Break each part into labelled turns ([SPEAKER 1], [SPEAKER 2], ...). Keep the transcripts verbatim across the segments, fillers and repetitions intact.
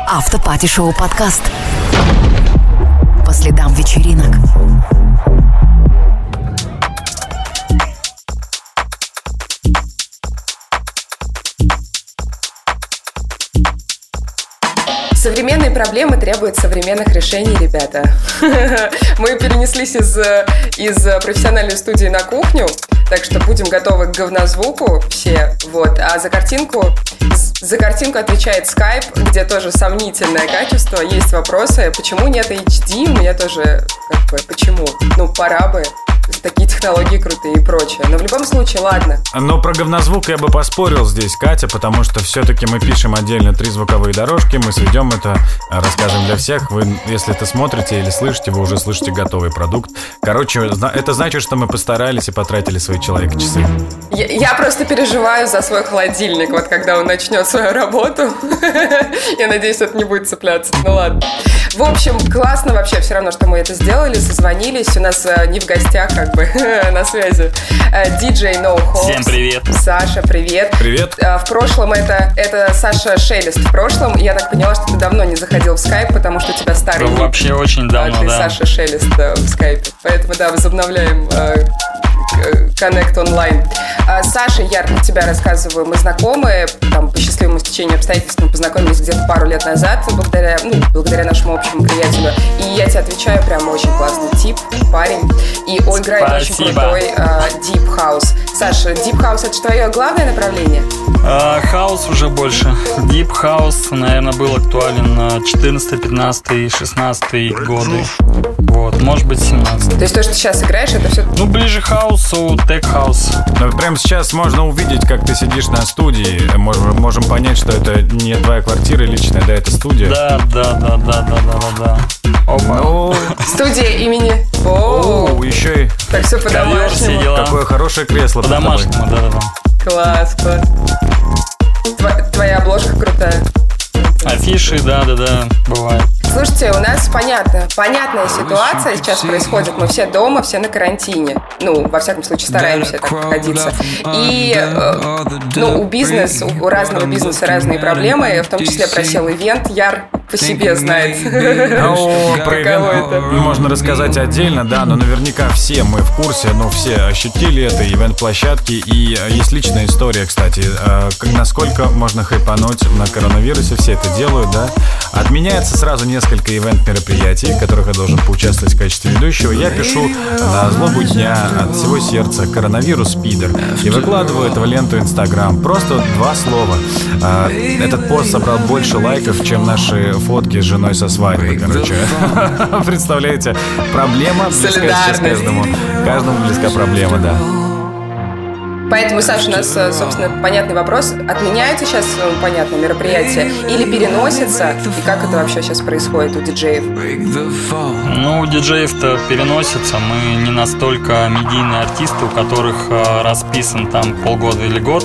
[SPEAKER 1] Автопати-шоу подкаст. По следам вечеринок.
[SPEAKER 2] Современные проблемы требуют современных решений, ребята. Мы перенеслись из, из профессиональной студии на кухню, так что будем готовы к говнозвуку все. Вот. А за картинку, за картинку отвечает Skype, где тоже сомнительное качество. Есть вопросы, почему нет эйч ди? У меня тоже, как бы, почему? Ну, пора бы. Такие технологии крутые и прочее. Но в любом случае, ладно.
[SPEAKER 3] Но про говнозвук я бы поспорил здесь, Катя, потому что все-таки мы пишем отдельно три звуковые дорожки, мы сведем это, расскажем для всех. Вы, если это смотрите или слышите, вы уже слышите готовый продукт. Короче, это значит, что мы постарались и потратили свои человека-часы.
[SPEAKER 2] Я, я просто переживаю за свой холодильник, вот когда он начнет свою работу. Я надеюсь, это не будет цепляться. Ну ладно. В общем, классно вообще, все равно, что мы это сделали, созвонились. У нас не в гостях, как бы, на связи диджей No Hops.
[SPEAKER 4] Всем привет.
[SPEAKER 2] Саша, привет.
[SPEAKER 3] Привет.
[SPEAKER 2] В прошлом это, это Саша Шелест. В прошлом я так поняла, что ты давно не заходил в скайп, потому что у тебя старый...
[SPEAKER 4] Ну, вообще очень давно,
[SPEAKER 2] ты
[SPEAKER 4] да.
[SPEAKER 2] Саша Шелест в скайпе. Поэтому, да, возобновляем Connect Online. Саша, я для тебя рассказываю, мы знакомы, там, по счастливому стечению обстоятельств мы познакомились где-то пару лет назад, благодаря, ну, благодаря нашему общему приятелю. И я тебе отвечаю, прям очень классный тип, парень. И он играет очень крутой uh, Deep House. Саша, Deep House — это твое главное направление?
[SPEAKER 4] Хаус uh, уже больше. Deep House, наверное, был актуален на четырнадцатый, пятнадцатый, шестнадцатый годы. Вот, может быть, семнадцатый.
[SPEAKER 2] То есть то, что ты сейчас играешь, это все...
[SPEAKER 4] Ну, ближе хаусу, тег-хаус.
[SPEAKER 3] Ну, прямо сейчас можно увидеть, как ты сидишь на студии. Можем, можем понять, что это не твоя квартира личная, да, это студия.
[SPEAKER 4] Да, да, да, да, да, да, да, да.
[SPEAKER 3] Опа.
[SPEAKER 2] Студия имени...
[SPEAKER 3] О, еще и...
[SPEAKER 2] Так все по-домашнему.
[SPEAKER 3] Какое хорошее кресло.
[SPEAKER 4] По-домашнему, да, да, да.
[SPEAKER 2] Класс, класс. Тво- твоя обложка крутая.
[SPEAKER 4] Афиши, да-да-да, бывает.
[SPEAKER 2] Слушайте, у нас понятно, понятная ситуация сейчас происходит. Мы все дома, все на карантине. Ну, во всяком случае, стараемся так находиться. И, э, ну, у бизнеса, у разного бизнеса разные проблемы. В том числе просел ивент. Яр по себе знает.
[SPEAKER 3] О, про ивент можно рассказать отдельно, да, но наверняка все мы в курсе, ну, все ощутили это, ивент-площадки. И есть личная история, кстати, насколько можно хайпануть на коронавирусе, все это делают, да. Отменяется сразу несколько ивент-мероприятий, в которых я должен поучаствовать в качестве ведущего. Я пишу на злобу дня от всего сердца «Коронавирус пидор» и выкладываю это в ленту Инстаграм. Просто два слова. Этот пост собрал больше лайков, чем наши фотки с женой со свадьбы, короче. Представляете? Проблема близка сейчас каждому. Каждому близка проблема, да.
[SPEAKER 2] Поэтому, Саша, у нас, собственно, понятный вопрос. Отменяются сейчас, понятно, мероприятия или переносятся? И как это вообще сейчас происходит у диджеев?
[SPEAKER 4] Ну, у диджеев-то переносится. Мы не настолько медийные артисты, у которых расписан там полгода или год.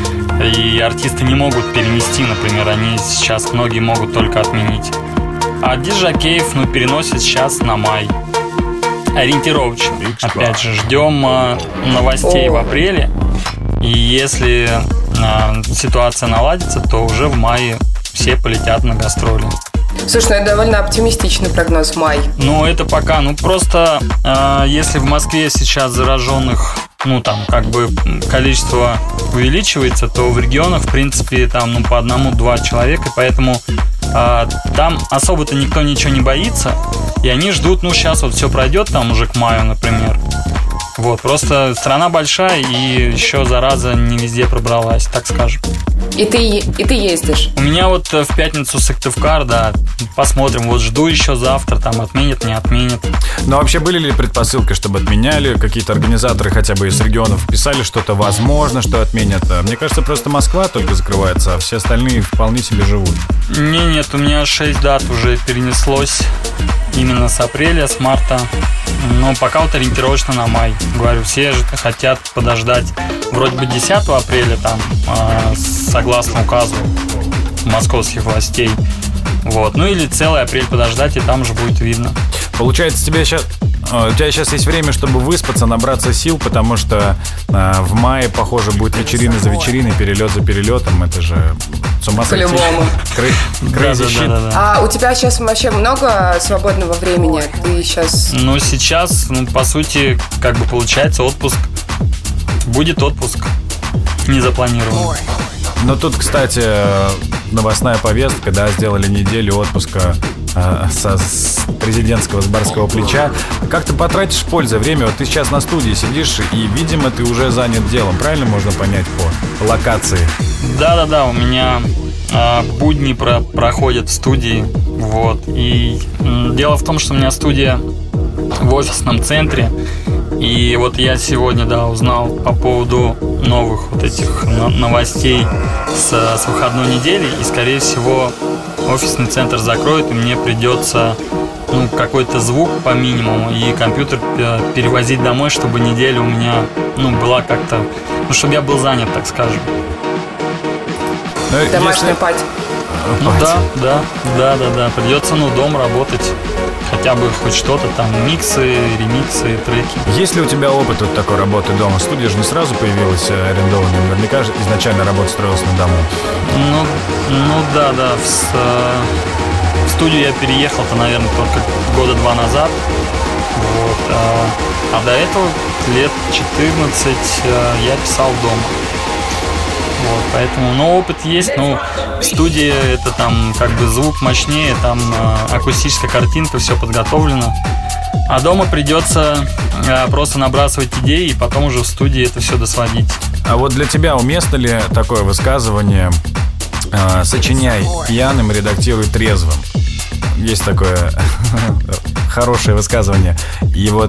[SPEAKER 4] И артисты не могут перенести, например. Они сейчас многие могут только отменить. А диджакеев, ну, переносят сейчас на май. Ориентировочно. Опять же, ждем э, новостей в апреле. И если э, ситуация наладится, то уже в мае все полетят на гастроли.
[SPEAKER 2] Слушай, ну это довольно оптимистичный прогноз, май.
[SPEAKER 4] Ну, это пока. Ну, просто э, если в Москве сейчас зараженных, ну, там, как бы количество увеличивается, то в регионах, в принципе, там, ну, по одному-два человека. Поэтому э, там особо-то никто ничего не боится. И они ждут, ну, сейчас вот все пройдет, там, уже к маю, например. Вот, просто страна большая, и еще зараза не везде пробралась, так скажем.
[SPEAKER 2] И ты, и ты ездишь?
[SPEAKER 4] У меня вот в пятницу Сыктывкар, да, посмотрим, вот жду еще завтра, там отменят, не отменят.
[SPEAKER 3] Но вообще были ли предпосылки, чтобы отменяли? Какие-то организаторы хотя бы из регионов писали что-то возможно, что отменят? Мне кажется, просто Москва только закрывается, а все остальные вполне себе живут.
[SPEAKER 4] Не, нет, у меня шесть дат уже перенеслось именно с апреля, с марта. Но пока вот ориентировочно на май. Говорю, все же хотят подождать вроде бы десятого апреля, там, э, согласно указу московских властей. Вот. Ну или целый апрель подождать, и там уже будет видно.
[SPEAKER 3] Получается, тебе сейчас, у тебя сейчас есть время, чтобы выспаться, набраться сил, потому что э, в мае, похоже, будет вечерина за вечериной, перелет за перелетом. Это же с ума сойти.
[SPEAKER 2] По-любому.
[SPEAKER 3] Crazy shit.
[SPEAKER 4] Да, да, да.
[SPEAKER 2] А у тебя сейчас вообще много свободного времени? Ты сейчас...
[SPEAKER 4] Ну, сейчас, ну, по сути, как бы получается отпуск. Будет отпуск. Не запланирован.
[SPEAKER 3] Но тут, кстати, новостная повестка, да, сделали неделю отпуска э, со с президентского, с барского плеча. Как ты потратишь пользу время? Вот ты сейчас на студии сидишь, и, видимо, ты уже занят делом. Правильно можно понять по локации?
[SPEAKER 4] Да-да-да, у меня э, будни про- проходят в студии. Вот. И м, дело в том, что у меня студия в офисном центре. И вот я сегодня, да, узнал по поводу новых вот этих новостей с, с выходной недели. И, скорее всего, офисный центр закроют, и мне придется, ну, какой-то звук по минимуму и компьютер перевозить домой, чтобы неделя у меня, ну, была как-то, ну, чтобы я был занят, так скажем.
[SPEAKER 2] Домашняя
[SPEAKER 3] Если...
[SPEAKER 2] пати.
[SPEAKER 4] Ну да, да, да, да, да. Придется, ну, дома работать. Хотя бы хоть что-то там, миксы, ремиксы, треки.
[SPEAKER 3] Есть ли у тебя опыт вот такой работы дома? Студия же не сразу появилась арендованная. Наверняка же изначально работа строилась на дому.
[SPEAKER 4] Ну, ну да, да. В, в студию я переехал-то, наверное, только года два назад. Вот. А, а до этого лет четырнадцать я писал дома. Вот, поэтому, ну, опыт есть, ну, студия, это там как бы звук мощнее, там э, акустическая картинка, все подготовлено. А дома придется э, просто набрасывать идеи и потом уже в студии это все досводить.
[SPEAKER 3] А вот для тебя уместно ли такое высказывание э, «сочиняй пьяным, редактируй трезвым»? Есть такое хорошее высказывание. И вот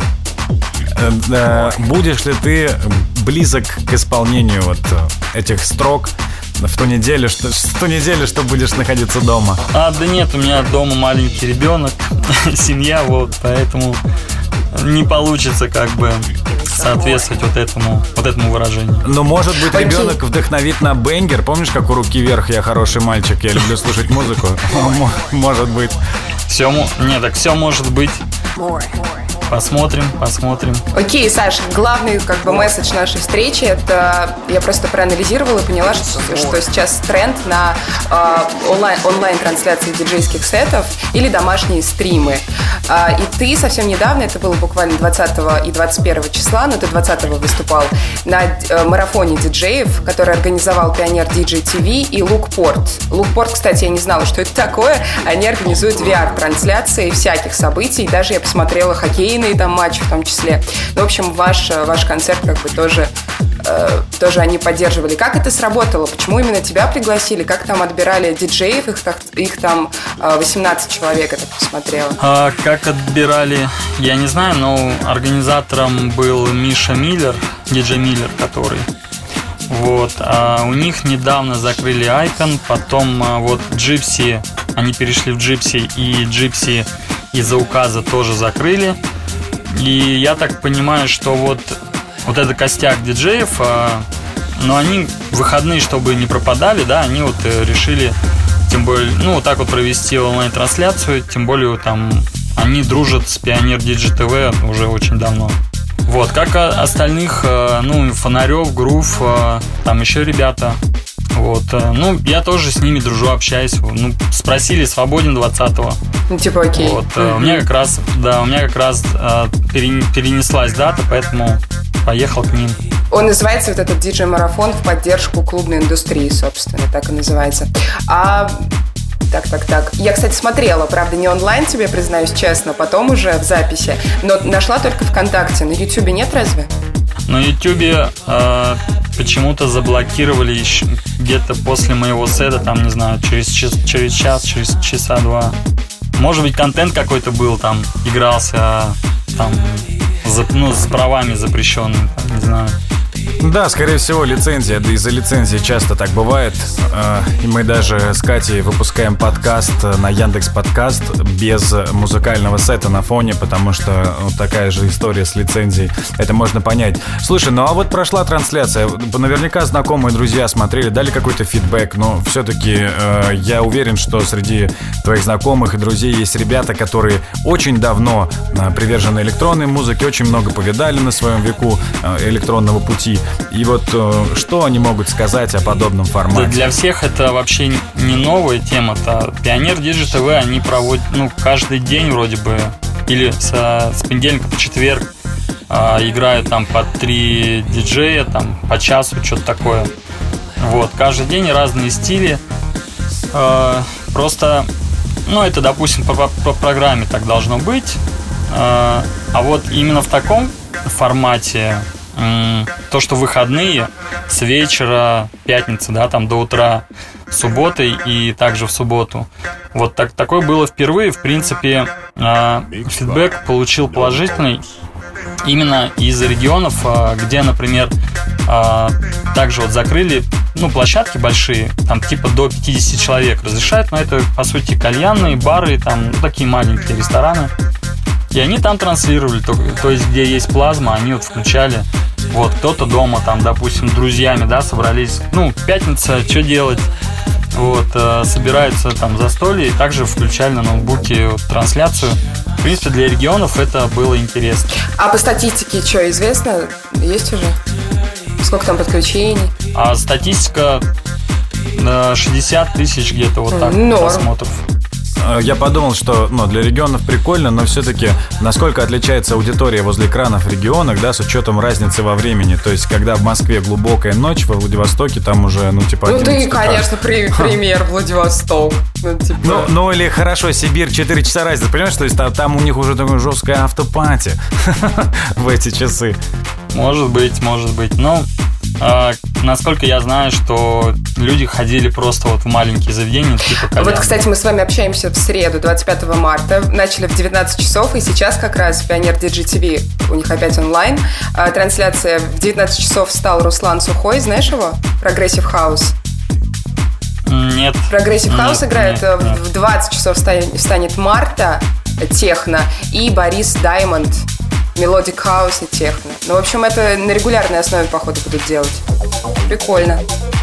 [SPEAKER 3] э, будешь ли ты близок к исполнению вот этих строк в ту неделю, что, в ту неделю, что будешь находиться дома?
[SPEAKER 4] А, да нет, у меня дома маленький ребенок, семья, вот, поэтому не получится как бы соответствовать вот этому, вот этому выражению.
[SPEAKER 3] Но, может быть, ребенок вдохновит на бенгер. Помнишь, как у «Руки вверх» я хороший мальчик, я люблю слушать музыку? Может быть.
[SPEAKER 4] Все, нет, так все может быть. Посмотрим, посмотрим.
[SPEAKER 2] Окей, Саш, главный как бы месседж нашей встречи — это я просто проанализировала и поняла, что, что сейчас тренд на э, онлайн, онлайн-трансляции диджейских сетов или домашние стримы. Э, и ты совсем недавно, это было буквально двадцатого и двадцать первого числа, но ты двадцатого выступал на э, марафоне диджеев, который организовал Pioneer ди джей ти ви и Lookport. Lookport, кстати, я не знала, что это такое. Они организуют ви ар-трансляции всяких событий. Даже я посмотрела хоккей там матчи в том числе. Ну, в общем, ваш, ваш концерт как бы тоже, э, тоже они поддерживали. Как это сработало? Почему именно тебя пригласили? Как там отбирали диджеев? Их, их там восемнадцать человек, я так посмотрела.
[SPEAKER 4] А, как отбирали, я не знаю, но организатором был Миша Миллер, диджей Миллер, который. Вот. А у них недавно закрыли Icon, потом а, вот Gypsy, они перешли в Gypsy, и Gypsy из-за указа тоже закрыли. И я так понимаю, что вот, вот это костяк диджеев, а, но они выходные, чтобы не пропадали, да, они вот решили, тем более, ну, вот так вот провести онлайн-трансляцию, тем более там они дружат с Pioneer ди джей ти ви уже очень давно. Вот, как остальных, ну, Фонарев, Грув, там еще ребята. Вот, ну, я тоже с ними дружу, общаюсь. Ну, спросили, свободен двадцатого.
[SPEAKER 2] Ну, типа, окей.
[SPEAKER 4] Вот, mm-hmm. у меня как раз, да, у меня как раз перенеслась дата, поэтому поехал к ним.
[SPEAKER 2] Он называется, вот этот диджей-марафон, в поддержку клубной индустрии, собственно, так и называется. А... Так, так, так. Я, кстати, смотрела, правда, не онлайн, тебе признаюсь честно, потом уже в записи, но нашла только ВКонтакте. На Ютубе нет разве?
[SPEAKER 4] На Ютубе э, почему-то заблокировали еще где-то после моего сета, там, не знаю, через, через час, через часа два. Может быть, контент какой-то был, там, игрался, там, за, ну, с правами запрещенными, там, не знаю.
[SPEAKER 3] Да, скорее всего, лицензия, да из-за лицензии часто так бывает. И мы даже с Катей выпускаем подкаст на Яндекс.Подкаст без музыкального сета на фоне, потому что ну, такая же история с лицензией. Это можно понять. Слушай, ну а вот прошла трансляция. Наверняка знакомые друзья смотрели, дали какой-то фидбэк, но все-таки э, я уверен, что среди твоих знакомых и друзей есть ребята, которые очень давно э, привержены электронной музыке, очень много повидали на своем веку э, электронного пути. И вот что они могут сказать о подобном формате?
[SPEAKER 4] Да, для всех это вообще не новая тема-то. Пионер Диджей ТВ, они проводят, ну, каждый день вроде бы, или со, с понедельника по четверг э, играют там по три диджея, там по часу, что-то такое. Вот, каждый день разные стили. Э, просто, ну, это, допустим, по, по, по программе так должно быть. Э, а вот именно в таком формате, э, то, что выходные с вечера, пятницы, да, там до утра, субботы и также в субботу. Вот так, такое было впервые. В принципе, э, фидбэк получил положительный именно из регионов, э, где, например, э, также вот закрыли, ну, площадки большие, там типа до пятьдесят человек разрешают, но это, по сути, кальянные, бары, там, ну, такие маленькие рестораны. И они там транслировали, то, то есть, где есть плазма, они вот включали. Вот, кто-то дома, там, допустим, с друзьями, да, собрались. Ну, пятница, что делать? Вот, э, собираются там застолье, и также включали на ноутбуке вот, трансляцию. В принципе, для регионов это было интересно.
[SPEAKER 2] А по статистике что, известно? Есть уже? Сколько там подключений?
[SPEAKER 4] А статистика э, шестьдесят тысяч где-то вот так
[SPEAKER 2] Норм.
[SPEAKER 4] просмотров.
[SPEAKER 3] Я подумал, что ну, для регионов прикольно, но все-таки насколько отличается аудитория возле экранов в регионах, да, с учетом разницы во времени. То есть, когда в Москве глубокая ночь, во Владивостоке там уже, ну, типа...
[SPEAKER 2] Ну, ты, конечно, при, пример Владивосток. Ну, типа...
[SPEAKER 3] ну, ну, или хорошо, Сибирь, четыре часа разница. Понимаешь, то есть там, там у них уже такое жесткое автопати в эти часы.
[SPEAKER 4] Может быть, может быть. Ну, э, насколько я знаю, что люди ходили просто вот в маленькие заведения, типа кальян.
[SPEAKER 2] Вот, кстати, мы с вами общаемся в среду, двадцать пятого марта. Начали в девятнадцать часов, и сейчас как раз Пионер Диджей ТВ у них опять онлайн. А, трансляция в девятнадцать часов встал Руслан Сухой, знаешь его? Прогрессив Хаус.
[SPEAKER 4] Нет.
[SPEAKER 2] Прогрессив Хаус играет.
[SPEAKER 4] Нет, нет.
[SPEAKER 2] В двадцать часов встанет Марта, техно, и Борис Даймонд, мелодик хаус и техно. Ну, в общем, это на регулярной основе, походу, будут делать. Прикольно.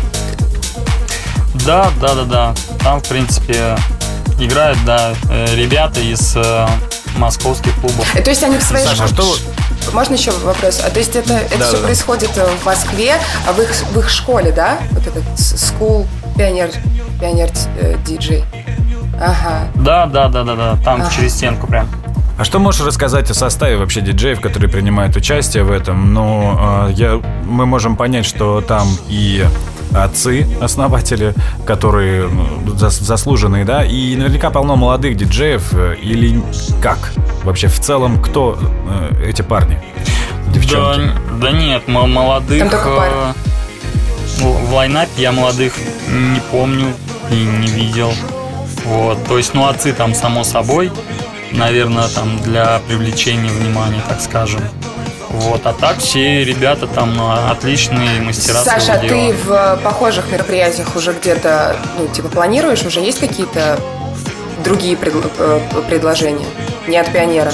[SPEAKER 4] Да, да, да, да. Там, в принципе, играют, да, ребята из э, московских клубов.
[SPEAKER 2] То есть они в своей
[SPEAKER 3] Саша,
[SPEAKER 2] школе...
[SPEAKER 3] что...
[SPEAKER 2] Можно еще вопрос? А, то есть это, это
[SPEAKER 3] да,
[SPEAKER 2] все
[SPEAKER 3] да,
[SPEAKER 2] происходит в Москве, а в их, в их школе, да? Вот этот school пионер, пионер диджей. Ага.
[SPEAKER 4] Да, да, да, да, да. Там ага. через стенку прям.
[SPEAKER 3] А что можешь рассказать о составе вообще диджеев, которые принимают участие в этом? Ну, э, я, мы можем понять, что там и отцы, основатели, которые ну, зас, заслуженные, да, и наверняка полно молодых диджеев, или как? Вообще, в целом, кто э, эти парни, девчонки?
[SPEAKER 4] Да, да нет, молодых...
[SPEAKER 2] Там только парни.
[SPEAKER 4] Э, в лайнапе я молодых не помню и не видел. Вот, то есть, ну, отцы там, само собой, наверное, там для привлечения внимания, так скажем. Вот, а так все ребята там ну, отличные мастера.
[SPEAKER 2] Саша, а ты в похожих мероприятиях уже где-то, ну, типа, планируешь? Уже есть какие-то другие пред... предложения? Не от Пионера?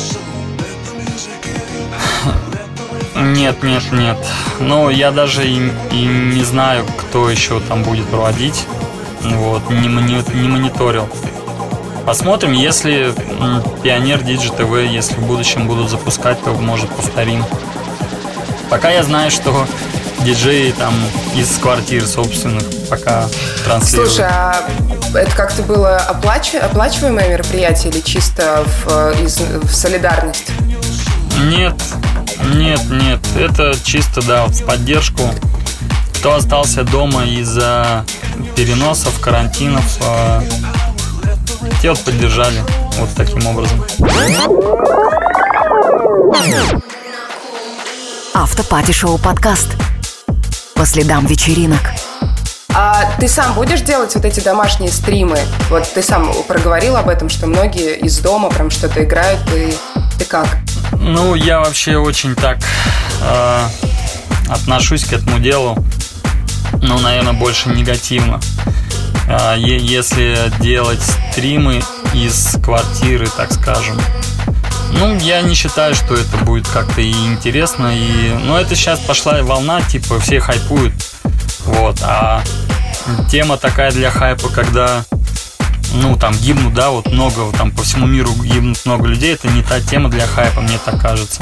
[SPEAKER 4] Нет, нет, нет. Ну, я даже и, и не знаю, кто еще там будет проводить. Вот, не, мони... не мониторил. Посмотрим, если Пионер Диджей ТВ, если в будущем будут запускать, то, может, повторим. Пока я знаю, что диджеи там из квартир собственных пока транслируют.
[SPEAKER 2] Слушай, а это как-то было оплач... оплачиваемое мероприятие или чисто в, из... в солидарность?
[SPEAKER 4] Нет, нет, нет. Это чисто, да, в поддержку. Кто остался дома из-за переносов, карантинов, те вот поддержали вот таким образом.
[SPEAKER 1] Автопати-шоу подкаст. По следам вечеринок.
[SPEAKER 2] А ты сам будешь делать вот эти домашние стримы? Вот ты сам проговорил об этом, что многие из дома прям что-то играют, и ты как?
[SPEAKER 4] Ну, я вообще очень так э, отношусь к этому делу, ну, наверное, больше негативно. Э, если делать стримы из квартиры, так скажем, ну, я не считаю, что это будет как-то и интересно. И... Но это сейчас пошла волна, типа, все хайпуют. Вот. А тема такая для хайпа, когда, ну, там, гибнут, да, вот много, там, по всему миру гибнут много людей, это не та тема для хайпа, мне так кажется.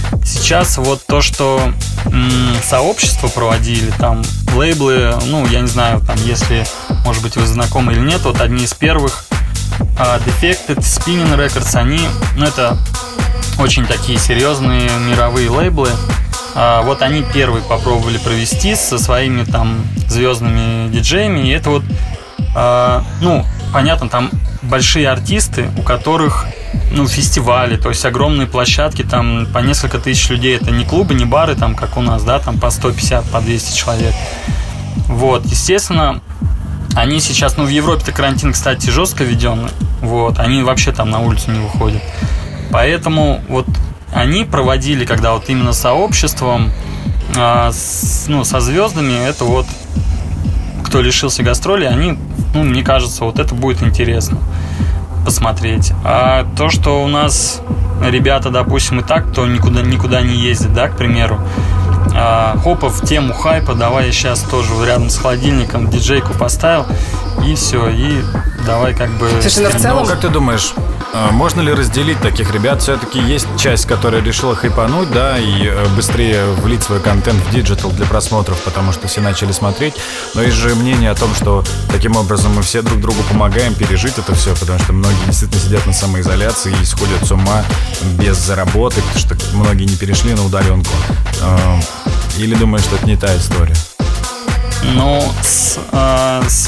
[SPEAKER 4] Сейчас вот то, что м- сообщество проводили, там лейблы, ну, я не знаю, там, если, может быть, вы знакомы или нет, вот одни из первых uh, Defected, Spinning Records, они, ну, это очень такие серьезные мировые лейблы. Uh, вот они первые попробовали провести со своими там звездными диджеями, и это вот, uh, ну, понятно, там большие артисты, у которых, ну, фестивали, то есть огромные площадки, там по несколько тысяч людей. Это не клубы, не бары, там, как у нас, да, там по сто пятьдесят, по двести человек. Вот, естественно, они сейчас, ну, в Европе-то карантин, кстати, жестко введенный. Вот, они вообще там на улицу не выходят. Поэтому вот они проводили, когда вот именно сообществом, э, с, ну, со звездами, это вот, кто лишился гастролей, они, ну, мне кажется, вот это будет интересно посмотреть. А то, что у нас ребята, допустим, и так, кто никуда, никуда не ездит, да, к примеру, а, хопа, в тему хайпа, давай я сейчас тоже рядом с холодильником диджейку поставил, и все, и давай как бы...
[SPEAKER 2] Слушай, ну в целом...
[SPEAKER 3] Ну, как ты думаешь, можно ли разделить таких ребят? Все-таки есть часть, которая решила хайпануть, да, и быстрее влить свой контент в диджитал для просмотров, потому что все начали смотреть. Но есть же мнение о том, что таким образом мы все друг другу помогаем пережить это все, потому что многие действительно сидят на самоизоляции и сходят с ума без заработок, потому что многие не перешли на удаленку. Или думаешь, что это не та история?
[SPEAKER 4] Ну, с, э, с...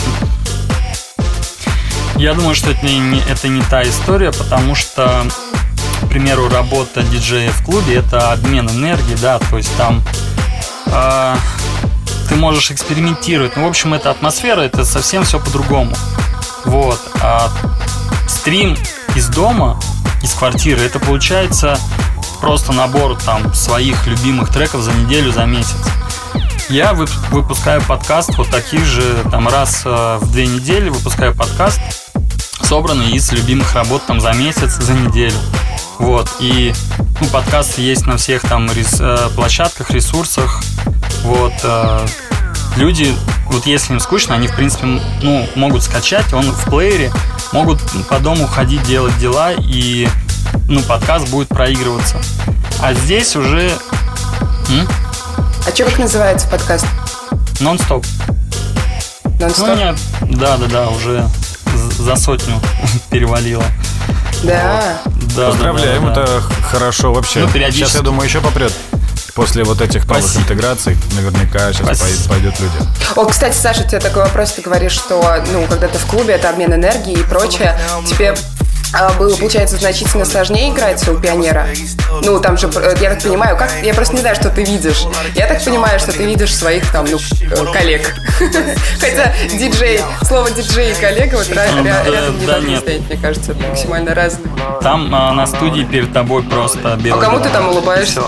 [SPEAKER 4] я думаю, что это не, это не та история, потому что, к примеру, работа диджея в клубе — это обмен энергией, да, то есть там э, ты можешь экспериментировать. Ну, в общем, эта атмосфера, это совсем все по-другому. Вот. А стрим из дома, из квартиры, это получается просто набор там своих любимых треков за неделю, за месяц. Я выпускаю подкаст вот таких же, там раз в две недели выпускаю подкаст, собранный из любимых работ там за месяц, за неделю. Вот, и ну, подкаст есть на всех там рес, площадках, ресурсах. Вот, люди, вот если им скучно, они в принципе, ну, могут скачать, он в плеере, могут по дому ходить, делать дела, и ну, подкаст будет проигрываться. А здесь уже... М?
[SPEAKER 2] А что, как называется подкаст?
[SPEAKER 4] Нон-стоп.
[SPEAKER 2] Нон-стоп?
[SPEAKER 4] Ну, нет, да-да-да, уже за сотню перевалило.
[SPEAKER 2] Да.
[SPEAKER 4] Вот. Да,
[SPEAKER 3] поздравляем,
[SPEAKER 4] да, да,
[SPEAKER 3] это
[SPEAKER 4] да.
[SPEAKER 3] хорошо вообще.
[SPEAKER 4] Ну, периодически.
[SPEAKER 3] Сейчас, я думаю, еще попрет. После вот этих новых
[SPEAKER 4] Спасибо.
[SPEAKER 3] интеграций наверняка сейчас
[SPEAKER 4] Спасибо.
[SPEAKER 3] пойдут люди.
[SPEAKER 2] О, кстати, Саша, у тебя такой вопрос, ты говоришь, что, ну, когда ты в клубе, это обмен энергией и прочее. Тебе было, получается, значительно сложнее играть у пионера? Ну, там же, я так понимаю, как... Я просто не знаю, что ты видишь. Я так понимаю, что ты видишь своих там, ну, коллег. Хотя диджей, слово диджей и коллега вот рядом не должны стоять, мне кажется, это максимально разные.
[SPEAKER 4] Там на студии перед тобой просто белый.
[SPEAKER 2] А кому ты там улыбаешься?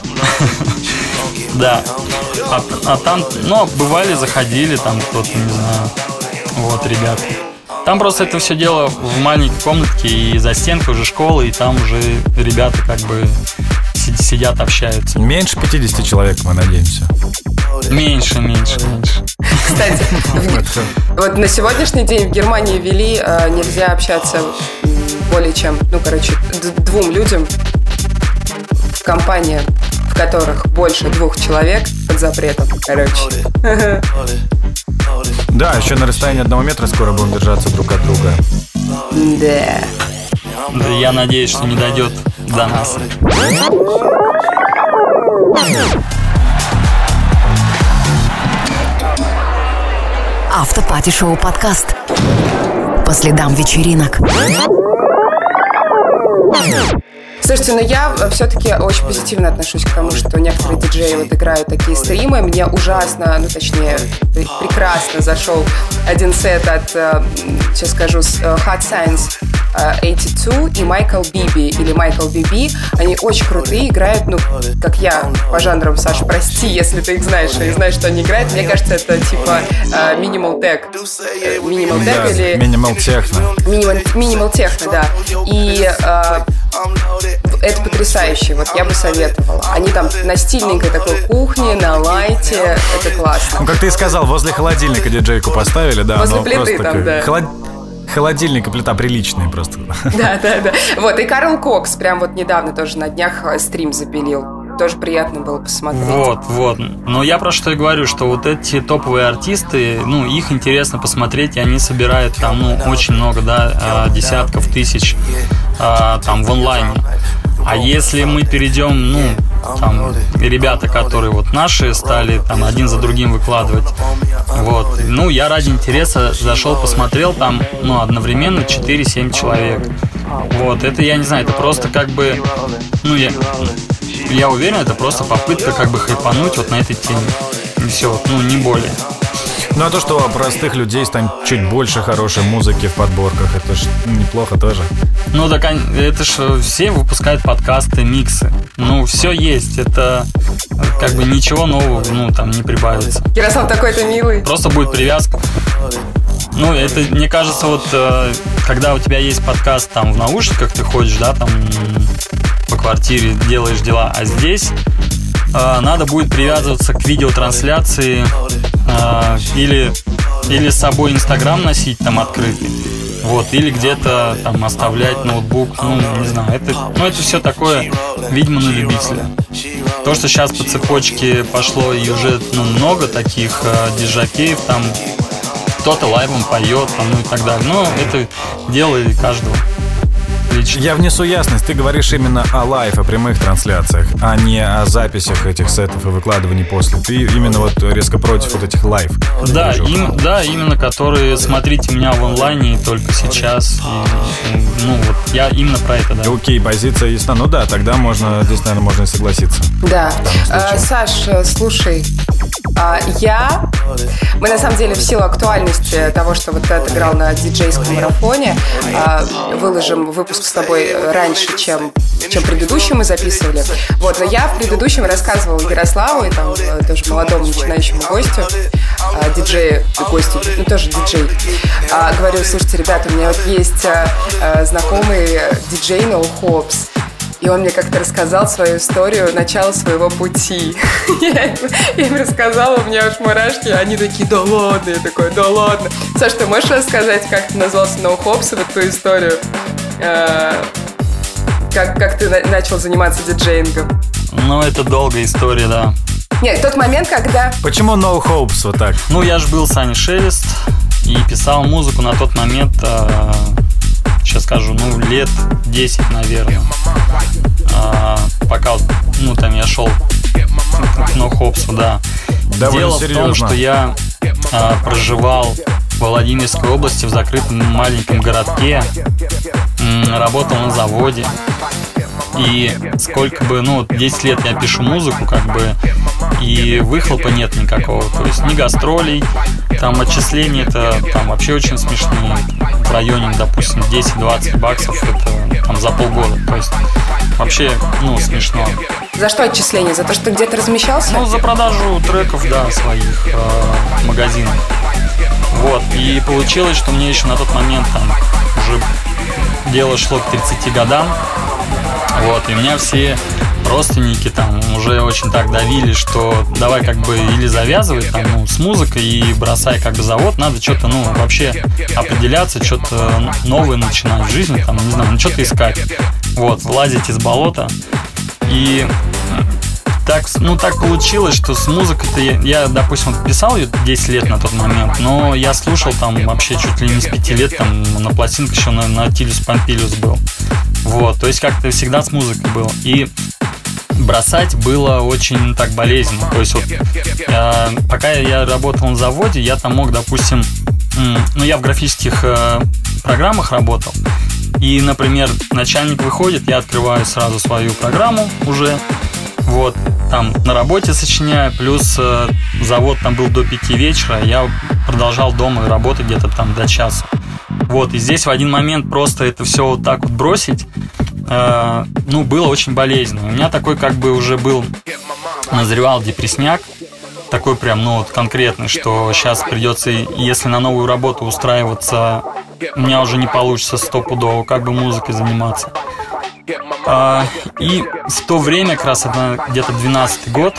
[SPEAKER 4] Да. А, а там, ну, бывали, заходили, там кто-то, не знаю, вот, ребят. Там просто это все дело в маленькой комнатке, и за стенкой уже школа, и там уже ребята как бы сидят, общаются.
[SPEAKER 3] Меньше пятидесяти человек, мы надеемся.
[SPEAKER 4] Меньше, меньше, меньше.
[SPEAKER 2] Кстати, вот на сегодняшний день в Германии ввели, нельзя общаться более чем, ну, короче, двум людям в компании, в которых больше двух человек, под запретом, короче.
[SPEAKER 3] Да, еще на расстоянии одного метра скоро будем держаться друг от друга.
[SPEAKER 2] Да.
[SPEAKER 4] Да, я надеюсь, что не дойдет до нас.
[SPEAKER 1] Автопати-шоу подкаст. По следам вечеринок.
[SPEAKER 2] Слушайте, ну я все-таки очень позитивно отношусь к тому, что некоторые диджеи вот играют такие стримы. Мне ужасно, ну точнее, прекрасно зашел один сет от, сейчас скажу, Hot Science восемьдесят два и Майкл Биби, или Майкл Биби. Они очень крутые, играют, ну, как я, по жанрам, Саша, прости, если ты их знаешь, и знаешь, что они играют. Мне кажется, это типа Minimal Tech. Minimal Tech
[SPEAKER 3] да,
[SPEAKER 2] или...
[SPEAKER 3] Minimal Techno.
[SPEAKER 2] Minimal, Minimal Techno, да. И... это потрясающе, вот я бы советовала. Они там на стильненькой такой кухне, на лайте, это классно.
[SPEAKER 3] Ну, как ты и сказал, возле холодильника диджейку поставили, да.
[SPEAKER 2] Возле плиты там,
[SPEAKER 3] такой,
[SPEAKER 2] да.
[SPEAKER 3] Холод... Холодильник и плита приличные просто.
[SPEAKER 2] Да, да, да. Вот, и Карл Кокс прям вот недавно тоже на днях стрим запилил. тоже приятно было посмотреть.
[SPEAKER 4] Вот, вот. Но я про что и говорю, что вот эти топовые артисты, ну, их интересно посмотреть, и они собирают там, ну, очень много, да, десятков тысяч там в онлайне. А если мы перейдем, ну, там, ребята, которые вот наши стали там один за другим выкладывать, вот, ну, я ради интереса зашел, посмотрел, там, ну, одновременно четыре-семь человек. Вот, это, я не знаю, это просто как бы, ну, я, я уверен, это просто попытка как бы хайпануть вот на этой теме. И все, ну, не более.
[SPEAKER 3] Ну а то, что у простых людей станет чуть больше хорошей музыки в подборках, это ж неплохо тоже.
[SPEAKER 4] Ну так это ж все выпускают подкасты, миксы. Ну все есть, это как бы ничего нового, ну там не прибавится.
[SPEAKER 2] Ярослав такой-то милый.
[SPEAKER 4] Просто будет привязка. Ну это, мне кажется, вот когда у тебя есть подкаст там в наушниках, ты ходишь, да, там по квартире делаешь дела, а здесь надо будет привязываться к видеотрансляции э, или, или с собой Инстаграм носить там открытый, вот, или где-то там оставлять ноутбук, ну, не знаю, это, ну, это все такое, видимо, на любителя. То, что сейчас по цепочке пошло и уже, ну, много таких э, диджакеев, там кто-то лайвом поет, там, ну и так далее, но это дело каждого.
[SPEAKER 3] Я внесу ясность. Ты говоришь именно о лайв, о прямых трансляциях, а не о записях этих сетов и выкладывании после. Ты именно вот резко против вот этих лайв.
[SPEAKER 4] Да, им, да, именно которые смотрите меня в онлайне только сейчас. И, ну вот я именно про это, да.
[SPEAKER 3] Окей, позиция ясна. Ну да, тогда можно, здесь, наверное, можно и согласиться.
[SPEAKER 2] Да. А, Саш, слушай, а, я... Мы на самом деле в силу актуальности того, что вот ты отыграл на диджейском марафоне, а, выложим выпуск с тобой раньше, чем, чем предыдущий мы записывали. Вот, но я в предыдущем рассказывала Ярославу и там тоже молодому начинающему гостю, а, диджею, гостю, ну тоже диджей. А, говорю, слушайте, ребята, у меня вот есть а, а, знакомый диджей No Hops. И он мне как-то рассказал свою историю, начало своего пути. Я им рассказала, у меня уж мурашки, они такие, да ладно, я такой, да ладно. Саш, ты можешь рассказать, как ты назвался No Hops, вот ту историю? Как, как ты начал заниматься диджеингом?
[SPEAKER 4] Ну, это долгая история, да.
[SPEAKER 2] Нет, тот момент, когда...
[SPEAKER 3] Почему No Hopes вот так?
[SPEAKER 4] Ну, я же был Саня Шелест и писал музыку на тот момент... Сейчас скажу, ну, лет десять, наверное. А, пока, ну, там я шел к No Hops, да.
[SPEAKER 3] Довольно
[SPEAKER 4] Дело
[SPEAKER 3] серьезно.
[SPEAKER 4] в том, что я а, проживал в Владимирской области в закрытом маленьком городке, м, работал на заводе. И сколько бы, ну, десять лет я пишу музыку, как бы, и выхлопа нет никакого. То есть ни гастролей, там отчисления это там вообще очень смешные. В районе, допустим, десять-двадцать баксов это там за полгода. То есть вообще, ну, смешно.
[SPEAKER 2] За что отчисление? За то, что ты где-то размещался?
[SPEAKER 4] Ну, за продажу треков, да, своих э, магазинов. Вот, и получилось, что мне еще на тот момент там уже дело шло к тридцати годам. Вот, и у меня все родственники там уже очень так давили, что давай как бы или завязывай там, ну, с музыкой и бросай как бы завод, надо что-то, ну, вообще определяться, что-то новое начинать в жизни, там, не знаю, ну, что-то искать. Вот, лазить из болота. И так, ну, так получилось, что с музыкой-то я, я, допустим, писал ее десять лет на тот момент, но я слушал там вообще чуть ли не с пяти лет, там на пластинках еще на, на Тилиус Помпилиус был. Вот, то есть как-то всегда с музыкой было. И бросать было очень так болезненно. То есть вот э, пока я работал на заводе, я там мог, допустим, э, ну я в графических э, программах работал. И, например, начальник выходит, я открываю сразу свою программу уже. Вот, там на работе сочиняю, плюс э, завод там был до пяти вечера, я продолжал дома работать где-то там до часа. Вот, и здесь в один момент просто это все вот так вот бросить, э, ну, было очень болезненно. У меня такой как бы уже был, назревал депрессняк, такой прям, ну, вот конкретный, что сейчас придется, если на новую работу устраиваться, у меня уже не получится стопудово как бы музыкой заниматься. А, и в то время, как раз это где-то двенадцатый год,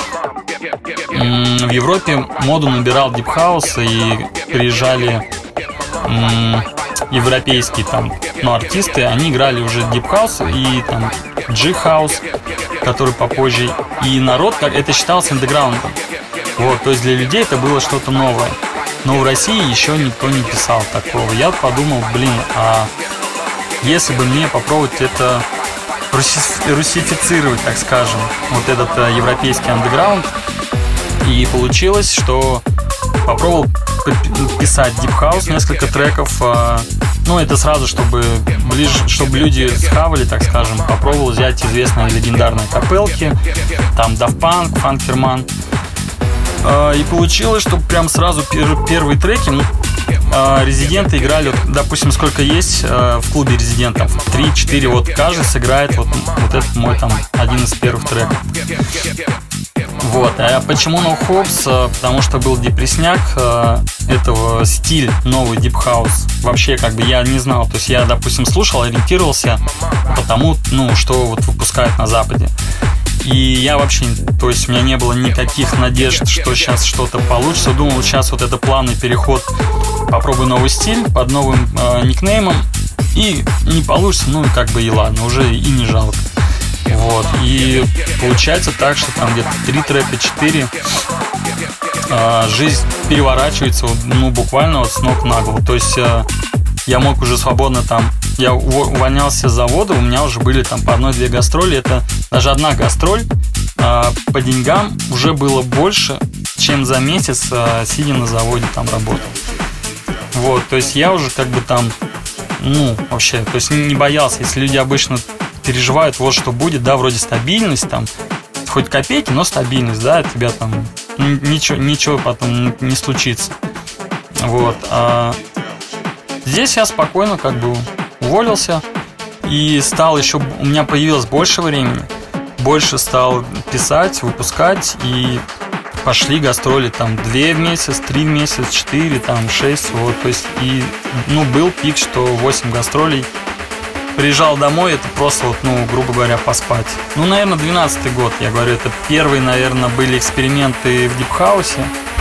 [SPEAKER 4] в Европе моду набирал дип-хаус, и приезжали м, европейские там, ну, артисты, они играли уже Deep House и там G-House, который попозже. И народ, как это считалось андеграундом. Вот, то есть для людей это было что-то новое. Но в России еще никто не писал такого. Я подумал, блин, а если бы мне попробовать это русифицировать, так скажем, вот этот а, европейский андеграунд. И получилось, что попробовал писать Deep House, несколько треков. А, ну, это сразу, чтобы ближе, чтобы люди схавали, так скажем. Попробовал взять известные легендарные капелки, там Daft Punk, Фанкерман. А, и получилось, что прям сразу пер, первые треки а, резиденты играли, вот, допустим, сколько есть а, в клубе резидентов. три-четыре, вот каждый сыграет вот, вот этот мой там один из первых треков. Вот. А почему No Hopes? Потому что был депресняк этого стиль новый Deep House. Вообще, как бы я не знал. То есть я, допустим, слушал, ориентировался по тому, ну, что вот выпускают на Западе. И я вообще, то есть у меня не было никаких надежд, что сейчас что-то получится. Думал, сейчас вот это плавный переход, попробую новый стиль под новым э, никнеймом. И не получится, ну, как бы и ладно, уже и не жалко. Вот, и получается так, что там где-то три трека, четыре, э, жизнь переворачивается, ну, буквально вот с ног на голову. То есть э, я мог уже свободно там, я увольнялся с завода, у меня уже были там по одной-две гастроли. Это даже одна гастроль э, по деньгам уже было больше, чем за месяц, э, сидя на заводе там работал. Вот, то есть я уже как бы там, ну, вообще, то есть не боялся, если люди обычно переживают, вот что будет, да, вроде стабильность, там, хоть копейки, но стабильность, да, от тебя там ничего, ничего потом не случится. Вот. А здесь я спокойно как бы уволился и стал еще, у меня появилось больше времени, больше стал писать, выпускать, и пошли гастроли там две в месяц, три в месяц, четыре, там шесть, вот, то есть, и, ну, был пик, что восемь гастролей. Приезжал домой, это просто, вот, ну, грубо говоря, поспать. Ну, наверное, двенадцатый год, я говорю, это первые, наверное, были эксперименты в дипхаусе.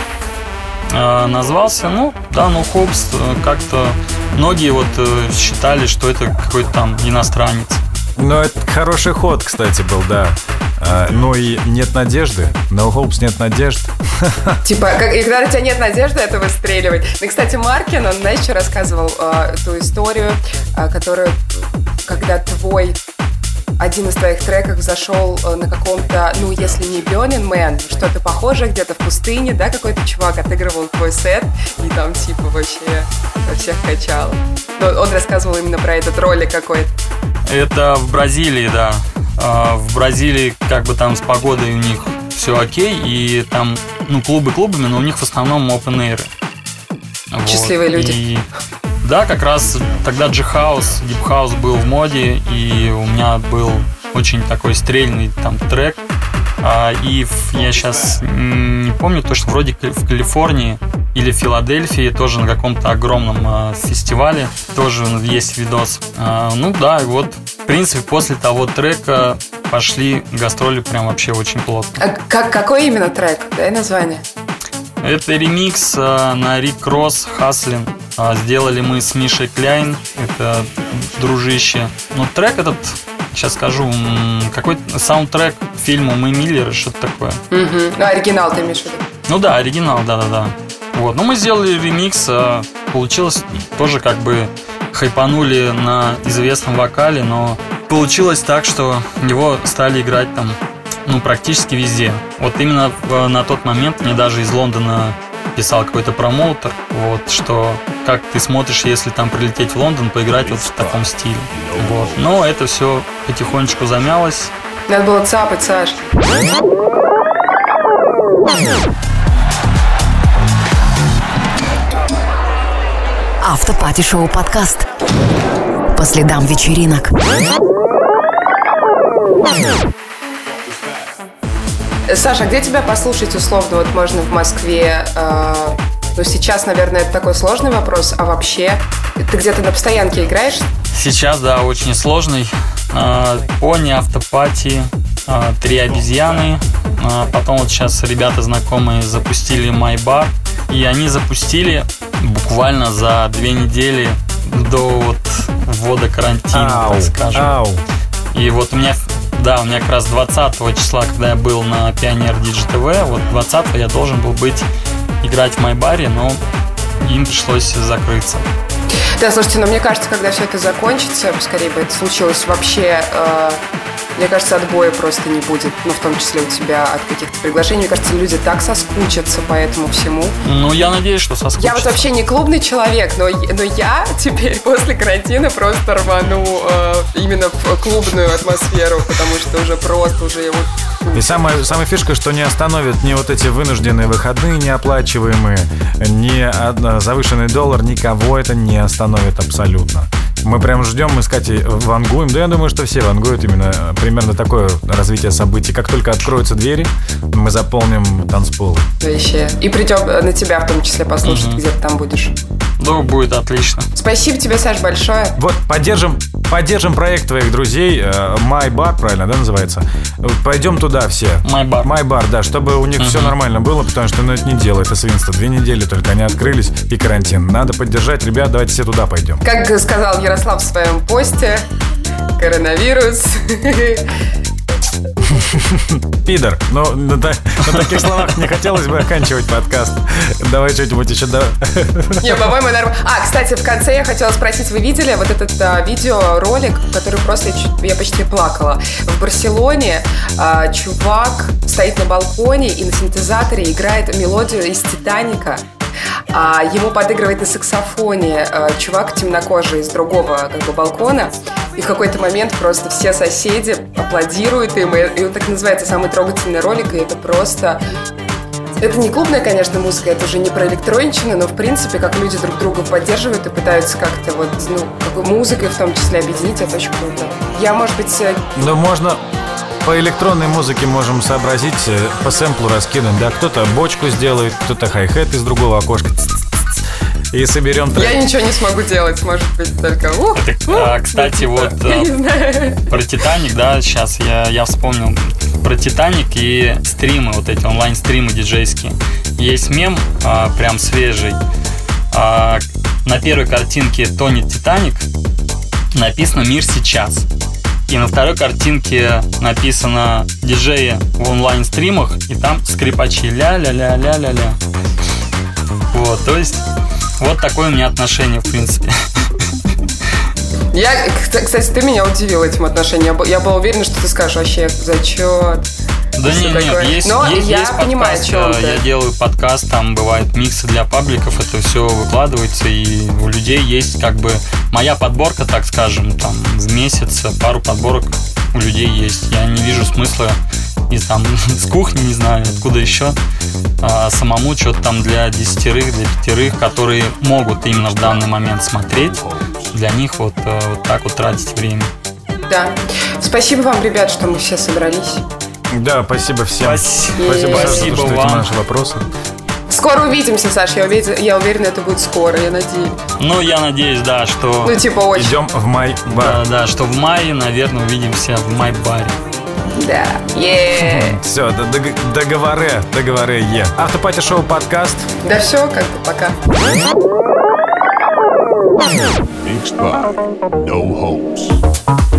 [SPEAKER 4] Э, назвался, ну, да, No Hopes, как-то многие вот считали, что это какой-то там иностранец.
[SPEAKER 3] Ну, это хороший ход, кстати, был, да. А, ну и нет надежды. No Hopes, нет надежд.
[SPEAKER 2] Типа, как, и когда у тебя нет надежды, это выстреливать. Ну, кстати, Маркин, он, знаешь, что рассказывал э, ту историю, э, которую, когда твой один из твоих треков зашел э, на каком-то, ну, если не Burning Man, что-то похожее, где-то в пустыне, да, какой-то чувак отыгрывал твой сет, и там, типа, вообще всех качал. Но он рассказывал именно про этот ролик какой-то.
[SPEAKER 4] Это в Бразилии, да. В Бразилии как бы там с погодой у них все окей, и там, ну, клубы клубами, но у них в основном open-air.
[SPEAKER 2] Счастливые вот. Люди.
[SPEAKER 4] И, да, как раз тогда G-House, Deep House был в моде, и у меня был очень такой стрельный там трек. И я сейчас не помню точно, вроде в Калифорнии или в Филадельфии, тоже на каком-то огромном фестивале, тоже есть видос. Ну да, и вот, в принципе, после того трека пошли гастроли прям вообще очень плотно.
[SPEAKER 2] А как, какой именно трек? Дай название.
[SPEAKER 4] Это ремикс на Рик Росс, Хаслин. Сделали мы с Мишей Кляйн, это дружище. Ну, трек этот, сейчас скажу, какой-то саундтрек к фильму «Мы Миллеры», что-то такое.
[SPEAKER 2] Угу. Ну, оригинал ты имеешь в виду?
[SPEAKER 4] Ну да, оригинал, да-да-да. Вот. Ну, мы сделали ремикс, получилось тоже как бы хайпанули на известном вокале, но получилось так, что его стали играть там, ну, практически везде. Вот именно в, на тот момент мне даже из Лондона писал какой-то промоутер, вот, что как ты смотришь, если там прилететь в Лондон, поиграть вот в таком стиле. Вот. Но это все потихонечку замялось.
[SPEAKER 2] Надо было цапать, Саш.
[SPEAKER 1] Автопати-шоу подкаст. По следам вечеринок.
[SPEAKER 2] Саша, где тебя послушать условно? Вот можно в Москве. Э, ну, сейчас, наверное, это такой сложный вопрос. А вообще, ты где-то на постоянке играешь?
[SPEAKER 4] Сейчас, да, очень сложный. Э, Пони, Автопати, э, Три обезьяны. Э, потом вот сейчас ребята знакомые запустили MyBar. И они запустили буквально за две недели до вот ввода карантина,
[SPEAKER 3] ау,
[SPEAKER 4] так скажем.
[SPEAKER 3] Ау.
[SPEAKER 4] И вот у меня, да, у меня как раз двадцатого числа, когда я был на Пионер Диджи ТВ, вот двадцатого я должен был быть, играть в Майбаре, но им пришлось закрыться.
[SPEAKER 2] Да, слушайте, но мне кажется, когда все это закончится, скорее бы это случилось вообще, э, мне кажется, отбоя просто не будет. Ну, в том числе у тебя от каких-то приглашений. Мне кажется, люди так соскучатся по этому всему.
[SPEAKER 4] Ну, я надеюсь, что соскучатся.
[SPEAKER 2] Я вот вообще не клубный человек, но, но я теперь после карантина просто рвану э, именно в клубную атмосферу, потому что уже просто уже вот.
[SPEAKER 3] И самая, самая фишка, что не остановят ни вот эти вынужденные выходные неоплачиваемые, ни завышенный доллар, никого это не остановит абсолютно. Мы прям ждем, мы с Катей вангуем. Да я думаю, что все вангуют именно примерно такое развитие событий. Как только откроются двери, мы заполним танцполы.
[SPEAKER 2] Вообще. И придем на тебя в том числе послушать, угу. где ты там будешь.
[SPEAKER 4] Ну, будет отлично.
[SPEAKER 2] Спасибо тебе, Саш, большое.
[SPEAKER 3] Вот, поддержим, поддержим проект твоих друзей. My Bar, правильно, да, называется? Пойдем туда все.
[SPEAKER 4] My Bar.
[SPEAKER 3] My Bar, да, чтобы у них uh-huh. все нормально было, потому что, ну, это не дело, это свинство. Две недели только они открылись, и карантин. Надо поддержать, ребят, давайте все туда пойдем.
[SPEAKER 2] Как сказал Ярослав в своем посте, коронавирус...
[SPEAKER 3] Пидор. Но на, на таких словах не хотелось бы оканчивать подкаст. Давай что-нибудь еще. Да.
[SPEAKER 2] Не, по-моему, нормально. А, кстати, в конце я хотела спросить, вы видели вот этот а, видеоролик, который просто я, я почти плакала. В Барселоне а, чувак стоит на балконе и на синтезаторе играет мелодию из «Титаника». А ему подыгрывает на саксофоне а, чувак темнокожий из другого как бы балкона. И в какой-то момент просто все соседи аплодируют им. И он так называется, самый трогательный ролик. И это просто... Это не клубная, конечно, музыка, это уже не про электронщину, но в принципе, как люди друг друга поддерживают и пытаются как-то вот, ну, как музыкой в том числе объединить, это очень круто. Я, может быть...
[SPEAKER 3] Ну, можно... По электронной музыке можем сообразить, по сэмплу раскинуть, да, кто-то бочку сделает, кто-то хай-хет из другого окошка. И соберем трек.
[SPEAKER 2] Я ничего не смогу делать, может быть, только... Ух,
[SPEAKER 4] Это, ух, а, кстати, вот про «Титаник», да, сейчас я, я вспомнил про «Титаник» и стримы, вот эти онлайн-стримы диджейские. Есть мем, а, прям свежий. А, на первой картинке тонет «Титаник», написано «Мир сейчас». И на второй картинке написано «Диджеи в онлайн-стримах», и там скрипачи ля-ля-ля-ля-ля-ля. Вот, то есть... Вот такое у меня отношение, в принципе.
[SPEAKER 2] Я, кстати, ты меня удивил этим отношением. Я была уверена, что ты скажешь вообще зачет.
[SPEAKER 4] Да нет, нет, есть,
[SPEAKER 2] Но
[SPEAKER 4] есть,
[SPEAKER 2] я
[SPEAKER 4] есть
[SPEAKER 2] понимаю,
[SPEAKER 4] подкаст,
[SPEAKER 2] о чем ты.
[SPEAKER 4] Я делаю подкаст, там бывают миксы для пабликов, это все выкладывается, и у людей есть как бы моя подборка, так скажем, там в месяц пару подборок у людей есть. Я не вижу смысла из там с кухни, не знаю, откуда еще, а, самому что-то там для десятерых, для пятерых, которые могут именно в данный момент смотреть, для них вот, вот так вот тратить время.
[SPEAKER 2] Да. Спасибо вам, ребят, что мы все собрались.
[SPEAKER 3] Да, спасибо всем.
[SPEAKER 4] Спасибо,
[SPEAKER 3] спасибо, Саша,
[SPEAKER 4] спасибо
[SPEAKER 3] что
[SPEAKER 4] вам.
[SPEAKER 3] на наши вопросы.
[SPEAKER 2] Скоро увидимся, Саш, я уверена, я уверена, это будет скоро, я надеюсь.
[SPEAKER 4] Ну, я надеюсь, да, что...
[SPEAKER 2] Ну, типа очень.
[SPEAKER 3] Идем в май бар.
[SPEAKER 4] Да, да, что в мае, наверное, увидимся в май-баре.
[SPEAKER 2] Да. Yeah.
[SPEAKER 3] Все, договоры, договоры, е. Автопати-шоу подкаст.
[SPEAKER 2] Да все, как бы пока.
[SPEAKER 5] Big Spot, no hopes.